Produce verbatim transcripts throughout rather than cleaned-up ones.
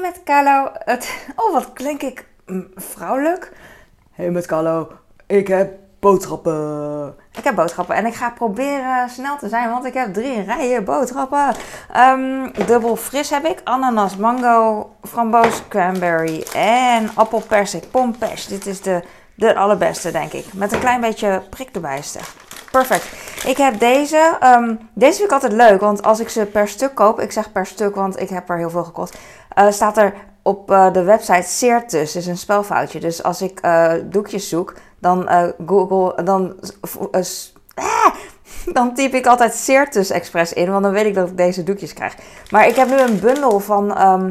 met Carlo. Het, oh, wat klink ik mm, vrouwelijk. Hey met Carlo, ik heb boodschappen. Ik heb boodschappen en ik ga proberen snel te zijn, want ik heb drie rijen boodschappen. Um, dubbel fris heb ik. Ananas, mango, framboos, cranberry en appel, persik, pompesh. Dit is de, de allerbeste, denk ik. Met een klein beetje prik erbij is het. Perfect. Ik heb deze. Um, deze vind ik altijd leuk, want als ik ze per stuk koop, ik zeg per stuk, want ik heb er heel veel gekocht, uh, staat er op uh, de website Seertus, dus een spelfoutje. Dus als ik uh, doekjes zoek, dan uh, Google, dan, uh, ah, dan typ ik altijd Seertus Express in, want dan weet ik dat ik deze doekjes krijg. Maar ik heb nu een bundel van, um,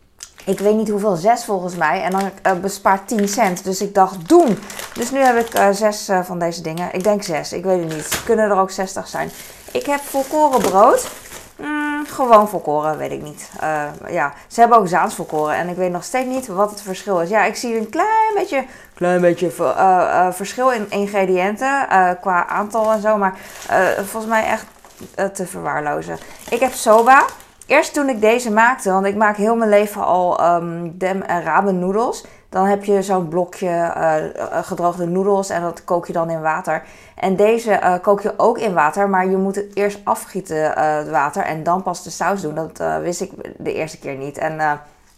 ik weet niet hoeveel, zes volgens mij. En dan uh, bespaart tien cent. Dus ik dacht, doen. Dus nu heb ik uh, zes uh, van deze dingen. Ik denk zes, ik weet het niet. Kunnen er ook zestig zijn. Ik heb volkoren brood. Mm, gewoon volkoren, weet ik niet. Uh, ja, ze hebben ook Zaans volkoren. En ik weet nog steeds niet wat het verschil is. Ja, ik zie een klein beetje, klein beetje uh, uh, verschil in ingrediënten. Uh, qua aantal en zo. Maar uh, volgens mij echt uh, te verwaarlozen. Ik heb soba. Eerst toen ik deze maakte, want ik maak heel mijn leven al um, dem- en ramen noedels. Dan heb je zo'n blokje uh, gedroogde noedels en dat kook je dan in water. En deze uh, kook je ook in water, maar je moet het eerst afgieten, uh, het water, en dan pas de saus doen. Dat uh, wist ik de eerste keer niet. En uh,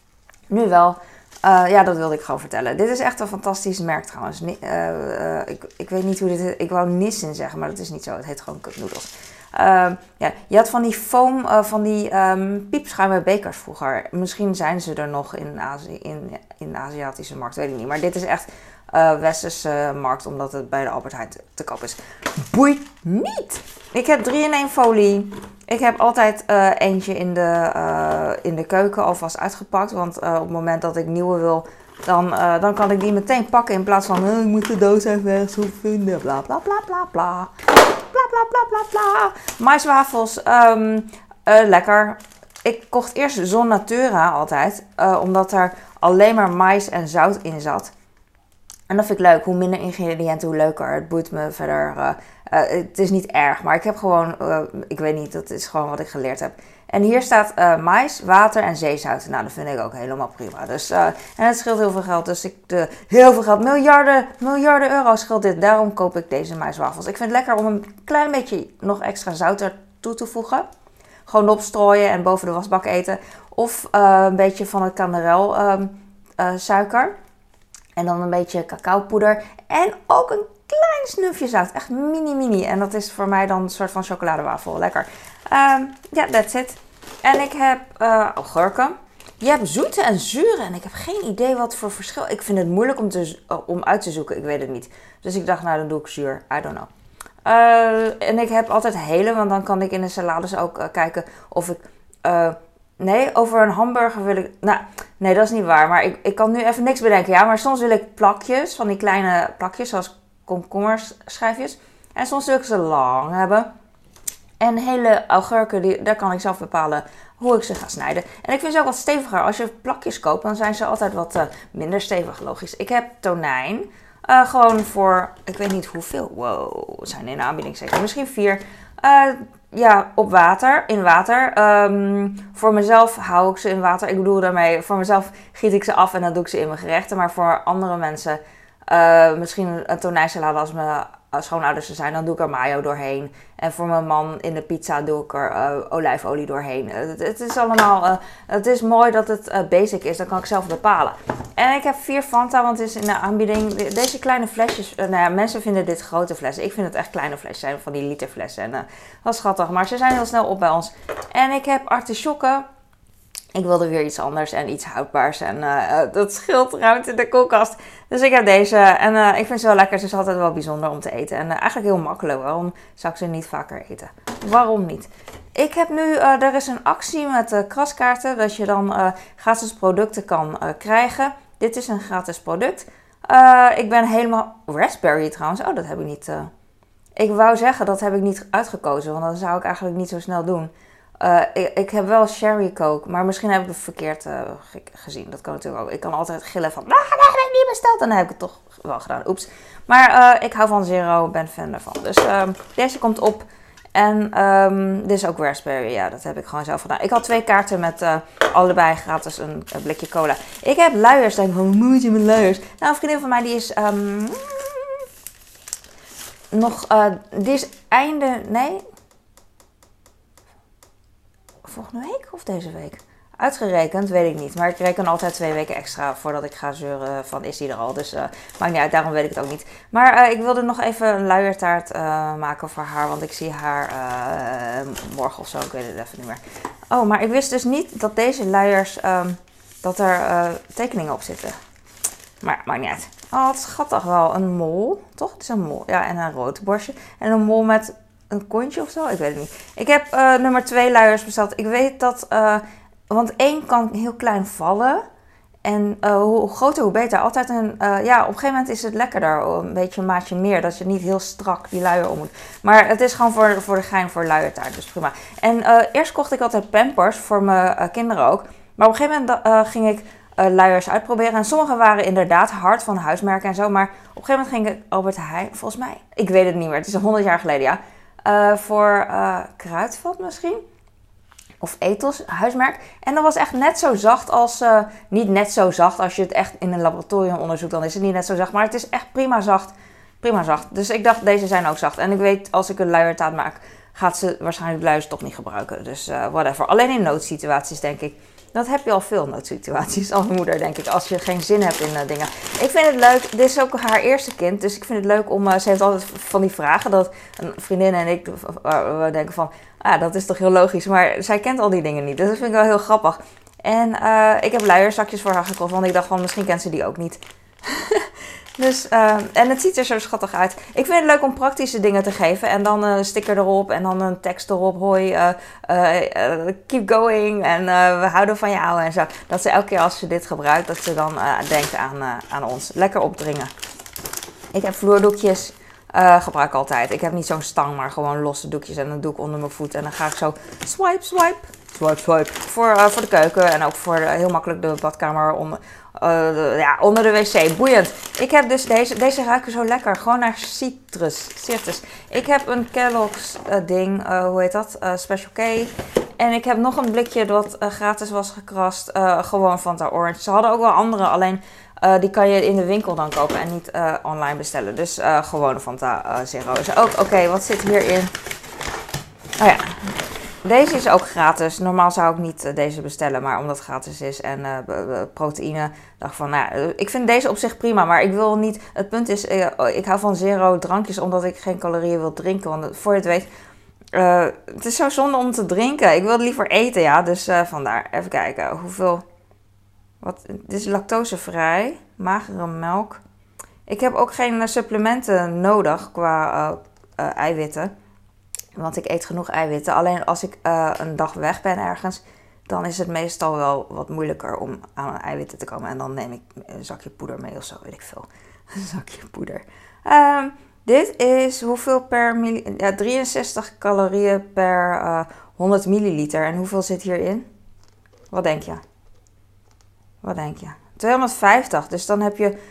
nu wel. Uh, ja, dat wilde ik gewoon vertellen. Dit is echt een fantastisch merk trouwens. Uh, uh, ik, ik weet niet hoe dit heet. Ik wou Nissin zeggen, maar dat is niet zo. Het heet gewoon cupnoedels. Uh, ja, je had van die foam, uh, van die um, piepschuime bekers vroeger. Misschien zijn ze er nog in, Azië, in, in de Aziatische markt, weet ik niet. Maar dit is echt uh, westerse uh, markt, omdat het bij de Albert Heijn te, te koop is. Boeit niet! Ik heb drie in één folie. Ik heb altijd uh, eentje in de, uh, in de keuken alvast uitgepakt. Want uh, op het moment dat ik nieuwe wil, dan, uh, dan kan ik die meteen pakken. In plaats van, uh, ik moet de doos even ergens goed vinden. Bla bla bla bla bla. Bla bla bla bla bla. Maiswafels, um, uh, lekker. Ik kocht eerst Zon Natura altijd, uh, omdat er alleen maar mais en zout in zat. En dat vind ik leuk. Hoe minder ingrediënten, hoe leuker. Het boeit me verder. Uh, uh, het is niet erg, maar ik heb gewoon, uh, ik weet niet, dat is gewoon wat ik geleerd heb. En hier staat uh, mais, water en zeezout. Nou, dat vind ik ook helemaal prima. Dus, uh, en het scheelt heel veel geld. Dus ik, de, heel veel geld, miljarden, miljarden euro scheelt dit. Daarom koop ik deze maiswafels. Ik vind het lekker om een klein beetje nog extra zout er toe te voegen. Gewoon opstrooien en boven de wasbak eten. Of uh, een beetje van het kanderel um, uh, suiker. En dan een beetje cacaopoeder. En ook een klein snufje zout. Echt mini mini. En dat is voor mij dan een soort van chocoladewafel. Lekker. Ja, um, yeah, that's it. En ik heb uh, augurken. Je hebt zoete en zure. En ik heb geen idee wat voor verschil. Ik vind het moeilijk om, te, uh, om uit te zoeken. Ik weet het niet. Dus ik dacht, nou dan doe ik zuur. I don't know. Uh, en ik heb altijd hele. Want dan kan ik in de salades ook uh, kijken of ik... Uh, nee, over een hamburger wil ik... Nou, nee, dat is niet waar. Maar ik, ik kan nu even niks bedenken. Ja, maar soms wil ik plakjes. Van die kleine plakjes. Zoals komkommerschijfjes. En soms wil ik ze lang hebben. En hele augurken, die, daar kan ik zelf bepalen hoe ik ze ga snijden. En ik vind ze ook wat steviger. Als je plakjes koopt, dan zijn ze altijd wat uh, minder stevig, logisch. Ik heb tonijn. Uh, gewoon voor, ik weet niet hoeveel. Wow, zijn in de aanbieding zeker. Misschien vier. Uh, ja, op water, in water. Um, voor mezelf hou ik ze in water. Ik bedoel daarmee, voor mezelf giet ik ze af en dan doe ik ze in mijn gerechten. Maar voor andere mensen, uh, misschien een tonijnsalade als mijn schoonouders er zijn, dan doe ik er mayo doorheen. En voor mijn man in de pizza doe ik er uh, olijfolie doorheen. Het, het is allemaal, uh, het is mooi dat het uh, basic is, dat kan ik zelf bepalen. En ik heb vier Fanta, want het is in de aanbieding, deze kleine flesjes, uh, nou ja, mensen vinden dit grote flessen. Ik vind het echt kleine flesjes, zijn van die literflessen. En uh, dat is schattig, maar ze zijn heel snel op bij ons. En ik heb artisjokken. Ik wilde weer iets anders en iets houdbaars. En uh, dat scheelt ruimte in de koelkast. Dus ik heb deze. En uh, ik vind ze wel lekker. Ze is altijd wel bijzonder om te eten. En uh, eigenlijk heel makkelijk. Waarom zou ik ze niet vaker eten? Waarom niet? Ik heb nu, uh, er is een actie met uh, kraskaarten. Dat je dan uh, gratis producten kan uh, krijgen. Dit is een gratis product. Uh, ik ben helemaal... Raspberry trouwens. Oh, dat heb ik niet... Uh... Ik wou zeggen, dat heb ik niet uitgekozen. Want dat zou ik eigenlijk niet zo snel doen. Uh, ik, ik heb wel sherry coke, maar misschien heb ik het verkeerd uh, gezien. Dat kan natuurlijk ook. Ik kan altijd gillen van, ah, dat heb ik niet besteld. En dan heb ik het toch wel gedaan. Oeps. Maar uh, ik hou van Zero, ben fan ervan. Dus uh, deze komt op. En um, dit is ook raspberry. Ja, dat heb ik gewoon zelf gedaan. Ik had twee kaarten met uh, allebei gratis een, een blikje cola. Ik heb luiers. Denk van, hoe moet je met luiers? Nou, een vriendin van mij die is um, nog, uh, die is einde, nee, volgende week of deze week? Uitgerekend, weet ik niet. Maar ik reken altijd twee weken extra voordat ik ga zeuren van is die er al. Dus uh, maakt niet uit, daarom weet ik het ook niet. Maar uh, ik wilde nog even een luiertaart uh, maken voor haar. Want ik zie haar uh, morgen of zo, ik weet het even niet meer. Oh, maar ik wist dus niet dat deze luiers, um, dat er uh, tekeningen op zitten. Maar maakt niet uit. Oh, wat schattig wel. Een mol, toch? Het is een mol. Ja, en een rood borstje. En een mol met een kontje of zo, ik weet het niet. Ik heb uh, nummer twee luiers besteld. Ik weet dat... Uh, Want één kan heel klein vallen. En uh, hoe groter, hoe beter. Altijd een, uh, ja, op een gegeven moment is het lekkerder. Een beetje een maatje meer. Dat je niet heel strak die luier om moet. Maar het is gewoon voor, voor de gein voor luiertaart. Dus prima. En uh, eerst kocht ik altijd Pampers. Voor mijn uh, kinderen ook. Maar op een gegeven moment uh, ging ik uh, luiers uitproberen. En sommige waren inderdaad hard van huismerken en zo. Maar op een gegeven moment ging ik Albert Heijn. Volgens mij. Ik weet het niet meer. Het is honderd jaar geleden, ja. Uh, voor uh, Kruidvat misschien. Of Ethos, huismerk. En dat was echt net zo zacht als... Uh, niet net zo zacht. Als je het echt in een laboratorium onderzoekt, dan is het niet net zo zacht. Maar het is echt prima zacht. Prima zacht. Dus ik dacht, deze zijn ook zacht. En ik weet, als ik een luiertaart maak, gaat ze waarschijnlijk de luiers toch niet gebruiken. Dus uh, whatever. Alleen in noodsituaties, denk ik. Dat heb je al veel noodsituaties als moeder, denk ik. Als je geen zin hebt in uh, dingen. Ik vind het leuk. Dit is ook haar eerste kind. Dus ik vind het leuk om... Uh, ze heeft altijd van die vragen. Dat een vriendin en ik uh, we denken van... Ah, dat is toch heel logisch. Maar zij kent al die dingen niet. Dus dat vind ik wel heel grappig. En uh, ik heb luierzakjes voor haar gekocht. Want ik dacht van, misschien kent ze die ook niet. Dus, uh, en het ziet er zo schattig uit. Ik vind het leuk om praktische dingen te geven. En dan een sticker erop. En dan een tekst erop. Hoi, uh, uh, uh, keep going. En uh, we houden van jou en zo. Dat ze elke keer als ze dit gebruikt, dat ze dan uh, denkt aan, uh, aan ons. Lekker opdringen. Ik heb vloerdoekjes. Uh, gebruik ik altijd. Ik heb niet zo'n stang, maar gewoon losse doekjes. En dan doe ik onder mijn voet. En dan ga ik zo swipe, swipe. Swipe, swipe. Voor, uh, voor de keuken. En ook voor uh, heel makkelijk de badkamer. Onder, uh, de, ja, onder de wc. Boeiend. Ik heb dus deze. Deze ruiken zo lekker. Gewoon naar citrus. Citrus. Ik heb een Kellogg's uh, ding. Uh, hoe heet dat? Uh, Special K. En ik heb nog een blikje dat uh, gratis was gekrast. Uh, gewoon Fanta Orange. Ze hadden ook wel andere. Alleen... Uh, die kan je in de winkel dan kopen en niet uh, online bestellen. Dus uh, gewoon Fanta uh, Zero is ook. Oké, okay, wat zit hierin? Oh ja, deze is ook gratis. Normaal zou ik niet uh, deze bestellen, maar omdat het gratis is en uh, proteïne, dacht van, nou, uh, ik vind deze op zich prima, maar ik wil niet. Het punt is, uh, ik hou van zero drankjes omdat ik geen calorieën wil drinken. Want voor je het weet, uh, het is zo zonde om te drinken. Ik wil het liever eten, ja. Dus uh, vandaar. Even kijken hoeveel. Wat, dit is lactosevrij, magere melk. Ik heb ook geen uh, supplementen nodig qua uh, uh, eiwitten. Want ik eet genoeg eiwitten. Alleen als ik uh, een dag weg ben ergens, dan is het meestal wel wat moeilijker om aan eiwitten te komen. En dan neem ik een zakje poeder mee of zo, weet ik veel. Een zakje poeder. Um, dit is hoeveel per milli- ja, drieënzestig calorieën per uh, honderd milliliter. En hoeveel zit hierin? Wat denk je? Wat denk je? tweehonderdvijftig. Dus dan heb je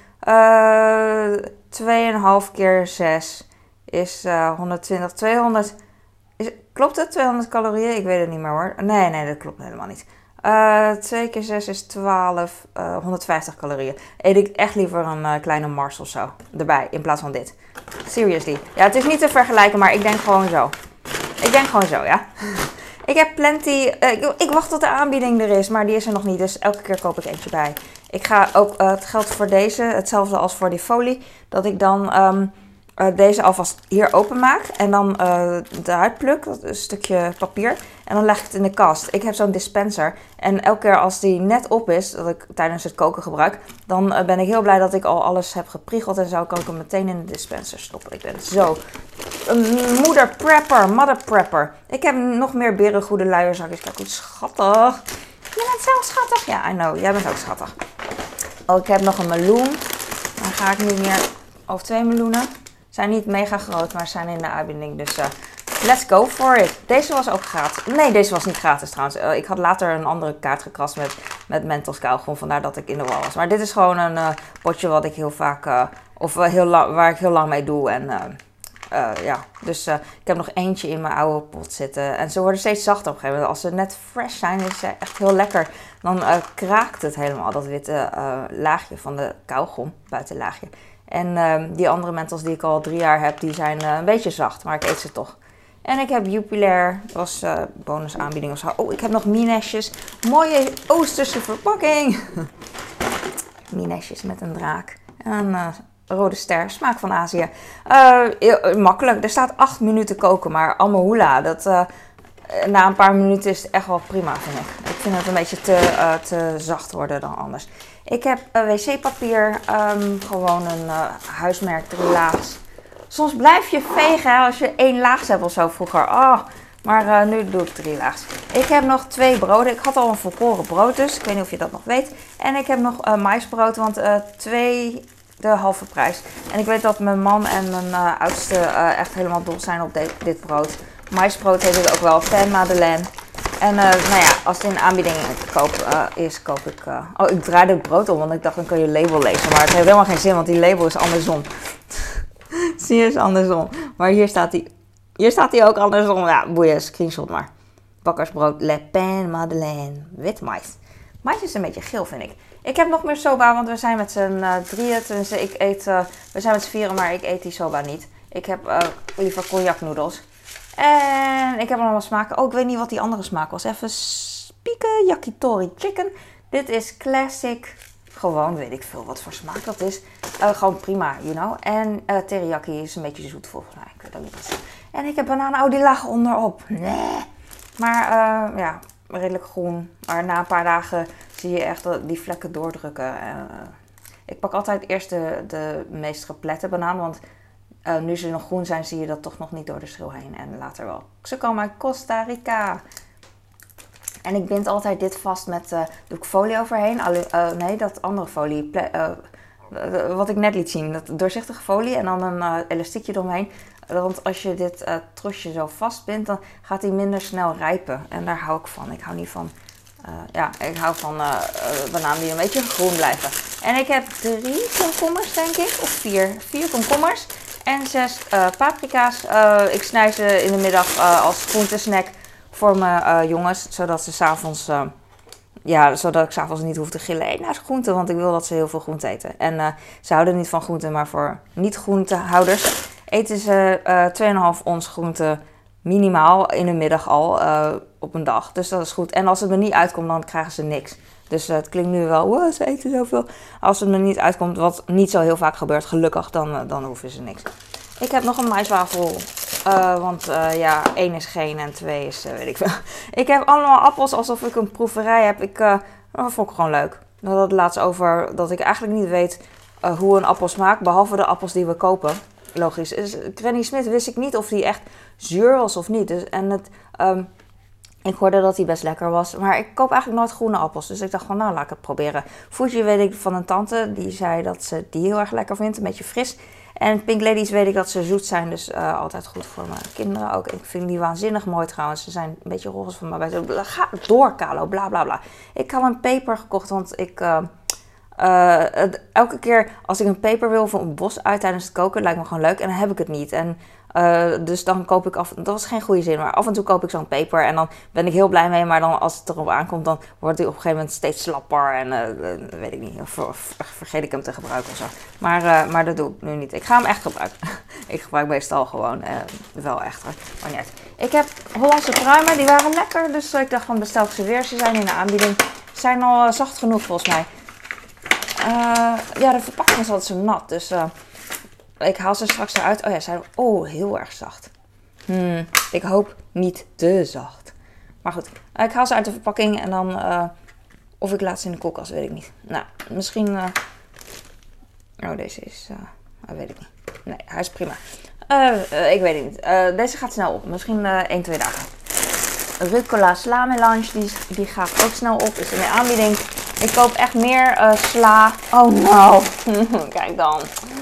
uh, twee komma vijf keer zes is uh, honderdtwintig. tweehonderd. Is, klopt het? tweehonderd calorieën? Ik weet het niet meer hoor. Nee, nee, dat klopt helemaal niet. Uh, twee keer zes is twaalf. Uh, honderdvijftig calorieën. Eet ik echt liever een uh, kleine Mars of zo erbij in plaats van dit. Seriously. Ja, het is niet te vergelijken, maar ik denk gewoon zo. Ik denk gewoon zo, ja. Ik heb plenty. Uh, ik, ik wacht tot de aanbieding er is, maar die is er nog niet. Dus elke keer koop ik eentje bij. Ik ga ook, uh, het geldt voor deze, hetzelfde als voor die folie. Dat ik dan um, uh, deze alvast hier openmaak. En dan uh, eruit pluk, een stukje papier. En dan leg ik het in de kast. Ik heb zo'n dispenser. En elke keer als die net op is, dat ik tijdens het koken gebruik. Dan uh, ben ik heel blij dat ik al alles heb gepriegeld. En zo kan ik hem meteen in de dispenser stoppen. Ik ben zo... Een moeder prepper, mother prepper. Ik heb nog meer berengoede luierzakjes. Kijk hoe schattig. Je bent zo schattig. Ja, I know. Jij bent ook schattig. Oh, ik heb nog een meloen. Dan ga ik niet meer... Of twee meloenen. Zijn niet mega groot, maar zijn in de aanbieding. Dus uh, let's go for it. Deze was ook gratis. Nee, deze was niet gratis trouwens. Uh, ik had later een andere kaart gekrast met, met Mentos kauwgom. Vandaar dat ik in de war was. Maar dit is gewoon een uh, potje wat ik heel vaak... Uh, of uh, heel lang, waar ik heel lang mee doe. En... Uh, uh, ja, dus uh, ik heb nog eentje in mijn oude pot zitten. En ze worden steeds zachter op een gegeven moment. Als ze net fresh zijn, is ze echt heel lekker. Dan uh, kraakt het helemaal, dat witte uh, laagje van de kauwgom, buitenlaagje. En uh, die andere Mentos die ik al drie jaar heb, die zijn uh, een beetje zacht, maar ik eet ze toch. En ik heb Jupiler, dat was uh, bonusaanbieding of zo. Oh, ik heb nog Minesjes. Mooie Oosterse verpakking. Minesjes met een draak. En een uh, rode ster, smaak van Azië. Uh, heel, makkelijk, er staat acht minuten koken, maar Amahula, dat... Uh, na een paar minuten is het echt wel prima, vind ik. Ik vind het een beetje te, uh, te zacht worden dan anders. Ik heb uh, wc-papier, um, gewoon een uh, huismerk, drie laags. Soms blijf je vegen hè, als je één laag hebt of zo vroeger. Oh, maar uh, nu doe ik drie laags. Ik heb nog twee broden. Ik had al een volkoren brood dus. Ik weet niet of je dat nog weet. En ik heb nog uh, maïsbrood, want uh, twee de halve prijs. En ik weet dat mijn man en mijn uh, oudste uh, echt helemaal dol zijn op de, dit brood. Maïsbrood heet het ook wel, pan madeleine. En uh, nou ja, als het in aanbieding koop, uh, is, koop ik... Uh... Oh, ik draaide het brood om, want ik dacht dan kun je label lezen. Maar het heeft helemaal geen zin, want die label is andersom. Zie je, is andersom. Maar hier staat hij hier staat hij ook andersom. Ja, boeien, screenshot maar. Bakkersbrood, Le Pain Madeleine, wit mais. Mais is een beetje geel, vind ik. Ik heb nog meer soba, want we zijn met z'n uh, drieën. Tenminste, ik eet... Uh, we zijn met z'n vieren, maar ik eet die soba niet. Ik heb uh, liever cognacnoedels. En ik heb allemaal smaken. Oh, ik weet niet wat die andere smaak was. Even spieken. Yakitori chicken. Dit is classic. Gewoon, weet ik veel wat voor smaak dat is. Uh, gewoon prima, you know. En uh, teriyaki is een beetje zoet volgens mij. Ik weet ook niet wat. En ik heb bananen. Oh, die lagen onderop. Nee. Maar uh, ja, redelijk groen. Maar na een paar dagen zie je echt die vlekken doordrukken. Uh, ik pak altijd eerst de, de meest geplette banaan. Want uh, nu ze nog groen zijn, zie je dat toch nog niet door de schil heen. En later wel. Ze komen uit Costa Rica. En ik bind altijd dit vast met, uh, doe ik folie overheen. Allu- uh, nee, dat andere folie. Ple- uh, uh, wat ik net liet zien. Dat doorzichtige folie en dan een uh, elastiekje eromheen. Want als je dit uh, trosje zo vastbindt, dan gaat hij minder snel rijpen. En daar hou ik van. Ik hou niet van, uh, ja, ik hou van uh, uh, bananen die een beetje groen blijven. En ik heb drie komkommers, denk ik. Of vier. Vier komkommers. En zes uh, paprika's. Uh, ik snij ze in de middag uh, als groentesnack voor mijn uh, jongens. Zodat ze s'avonds... Uh, Ja, zodat ik s'avonds niet hoef te gillen. Eet nou eens groente, want ik wil dat ze heel veel groente eten. En uh, ze houden niet van groente, maar voor niet-groentehouders eten ze uh, twee komma vijf ons groente minimaal in de middag al uh, op een dag. Dus dat is goed. En als het me niet uitkomt, dan krijgen ze niks. Dus uh, het klinkt nu wel, wow, ze eten zoveel. Als het me niet uitkomt, wat niet zo heel vaak gebeurt, gelukkig, dan, uh, dan hoeven ze niks. Ik heb nog een maiswafel. Uh, want uh, ja, één is geen en twee is, uh, weet ik veel. Ik heb allemaal appels alsof ik een proeverij heb. Ik, uh, dat vond ik gewoon leuk. We hadden het laatst over dat ik eigenlijk niet weet uh, hoe een appel smaakt. Behalve de appels die we kopen. Logisch. Dus Granny Smith wist ik niet of die echt zuur was of niet. Dus, en het, um, ik hoorde dat die best lekker was. Maar ik koop eigenlijk nooit groene appels. Dus ik dacht van nou, laat ik het proberen. Fuji weet ik van een tante. Die zei dat ze die heel erg lekker vindt. Een beetje fris. En Pink Ladies weet ik dat ze zoet zijn, dus uh, altijd goed voor mijn kinderen ook. Ik vind die waanzinnig mooi trouwens. Ze zijn een beetje roze van mij. Ga door, Kalo, bla bla bla. Ik had een peper gekocht, want ik... Uh, uh, het, elke keer als ik een peper wil of een bos uit tijdens het koken, lijkt me gewoon leuk. En dan heb ik het niet. En uh, dus dan koop ik af... Dat was geen goede zin, maar af en toe koop ik zo'n peper. En dan ben ik heel blij mee. Maar dan als het erop aankomt, dan wordt hij op een gegeven moment steeds slapper. En uh, weet ik niet, ver, vergeet ik hem te gebruiken of zo. Maar, uh, maar dat doe ik nu niet. Ik ga hem echt gebruiken. Ik gebruik meestal gewoon uh, wel echt. Maar niet uit. Ik heb Hollandse pruimen, die waren lekker. Dus ik dacht van bestel ik ze weer. Ze zijn in de aanbieding. Ze zijn al uh, zacht genoeg volgens mij. Uh, ja, de verpakking is altijd zo nat. Dus uh, ik haal ze straks eruit. Oh ja, ze zijn oh, heel erg zacht. Hmm, ik hoop niet te zacht. Maar goed, uh, ik haal ze uit de verpakking en dan... Uh, of ik laat ze in de koelkast, weet ik niet. Nou, misschien... Uh, oh, deze is... Uh, weet ik niet. Nee, hij is prima. Uh, uh, ik weet het niet. Uh, deze gaat snel op. Misschien uh, één, twee dagen. Rucola sla melange, die, die gaat ook snel op. Is in de aanbieding. Ik koop echt meer uh, sla. Oh no. Kijk dan.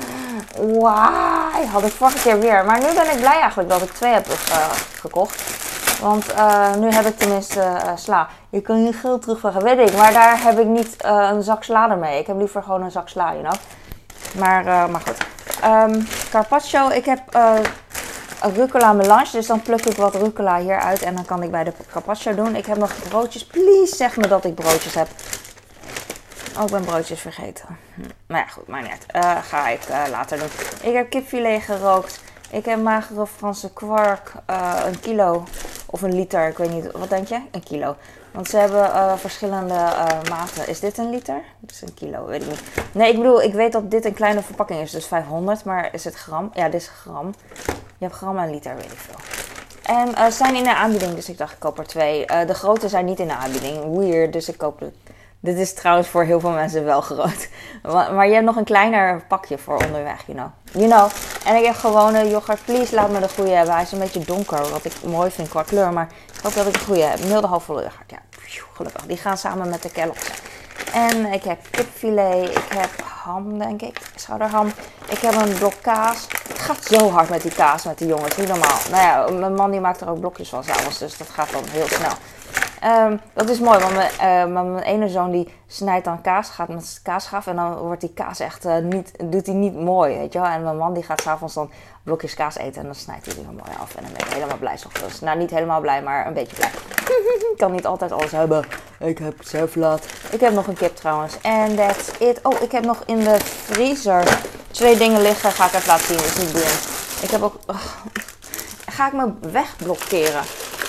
Wauw. Had ik vorige keer weer. Maar nu ben ik blij eigenlijk dat ik twee heb uh, gekocht. Want uh, nu heb ik tenminste uh, sla. Je kan je geld terugvragen, weet ik. Maar daar heb ik niet uh, een zak sla ermee. Ik heb liever gewoon een zak sla, you know. Maar, uh, maar goed. Um, carpaccio. Ik heb uh, rucola melange. Dus dan pluk ik wat rucola hieruit en dan kan ik bij de carpaccio doen. Ik heb nog broodjes. Please zeg me dat ik broodjes heb. Oh, ik ben broodjes vergeten. Hm. Maar ja, goed, maar niet. Uh, ga ik uh, later doen. Ik heb kipfilet gerookt. Ik heb magere Franse kwark. Uh, een kilo. Of een liter, ik weet niet. Wat denk je? Een kilo. Want ze hebben uh, verschillende uh, maten. Is dit een liter? Dit is een kilo, weet ik niet. Nee, ik bedoel, ik weet dat dit een kleine verpakking is. Dus vijfhonderd. Maar is het gram? Ja, dit is gram. Je hebt gram en liter, weet ik veel. En uh, ze zijn in de aanbieding, dus ik dacht ik koop er twee. Uh, de grote zijn niet in de aanbieding. Weird, dus ik koop er. Dit is trouwens voor heel veel mensen wel groot. Maar je hebt nog een kleiner pakje voor onderweg, you know. You know. En ik heb gewone yoghurt. Please, laat me de goede hebben. Hij is een beetje donker, wat ik mooi vind qua kleur. Maar ik hoop dat ik de goede heb. Milde halfvolle yoghurt, ja. Gelukkig. Die gaan samen met de Kellogg's. En ik heb kipfilet. Ik heb ham, denk ik. Schouderham. Ik heb een blok kaas. Het gaat zo hard met die kaas, met die jongens. Niet normaal. Nou ja, mijn man die maakt er ook blokjes van s'avonds. Dus dat gaat dan heel snel. Um, dat is mooi, want mijn, uh, mijn ene zoon die snijdt dan kaas, gaat met kaasschaaf en dan wordt die kaas echt uh, niet, doet hij niet mooi, weet je wel. En mijn man die gaat s'avonds dan blokjes kaas eten en dan snijdt hij die weer mooi af en dan ben ik helemaal blij. Dus, nou, niet helemaal blij, maar een beetje blij. Ik kan niet altijd alles hebben. Ik heb zelflaat. Ik heb nog een kip trouwens. En that's it. Oh, ik heb nog in de vriezer twee dingen liggen. Ga ik even laten zien, dat is niet boeiend. Ik heb ook... Oh, ga ik me wegblokkeren?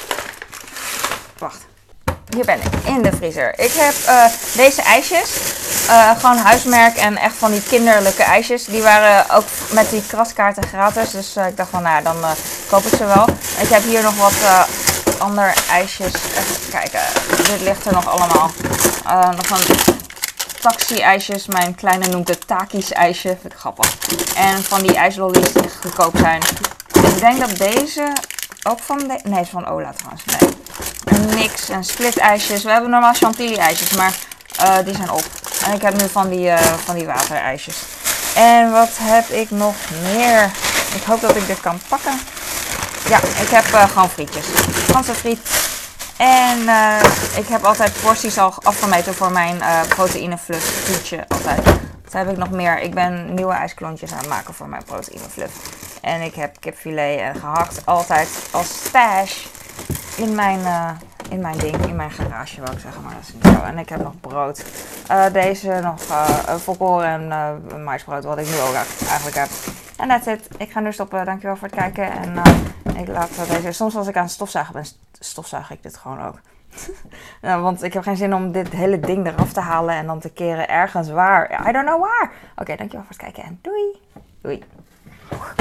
Wacht. Hier ben ik, in de vriezer. Ik heb uh, deze ijsjes. Uh, gewoon huismerk en echt van die kinderlijke ijsjes. Die waren ook met die kraskaarten gratis. Dus uh, ik dacht van, nou dan uh, koop ik ze wel. Ik heb hier nog wat uh, andere ijsjes. Even kijken, dit ligt er nog allemaal. Uh, nog een taxi-ijsjes. Mijn kleine noemt het Takis-ijsje. Vind ik grappig. En van die ijslollies die goedkoop zijn. Ik denk dat deze ook van de... Nee, is van Ola trouwens. Nee. En niks en split ijsjes. We hebben normaal chantilly ijsjes, maar uh, die zijn op. En ik heb nu van die, uh, van die waterijsjes. En wat heb ik nog meer? Ik hoop dat ik dit kan pakken. Ja, ik heb uh, gewoon frietjes. Franse friet. En uh, ik heb altijd porties al afgemeten voor mijn uh, proteïnefluff frietje. Altijd. Wat heb ik nog meer? Ik ben nieuwe ijsklontjes aan het maken voor mijn proteïnefluff. En ik heb kipfilet en gehakt altijd als stash. In mijn, uh, in mijn ding, in mijn garage wou ik zeggen, maar dat is niet zo. En ik heb nog brood. Uh, deze nog uh, volkoren en uh, maisbrood, wat ik nu ook eigenlijk heb. En that's it. Ik ga nu stoppen. Dankjewel voor het kijken. En uh, ik laat deze... Soms als ik aan het stofzuigen ben, stofzuig ik dit gewoon ook. Nou, want ik heb geen zin om dit hele ding eraf te halen en dan te keren ergens waar. I don't know waar. Oké, okay, dankjewel voor het kijken en doei. Doei.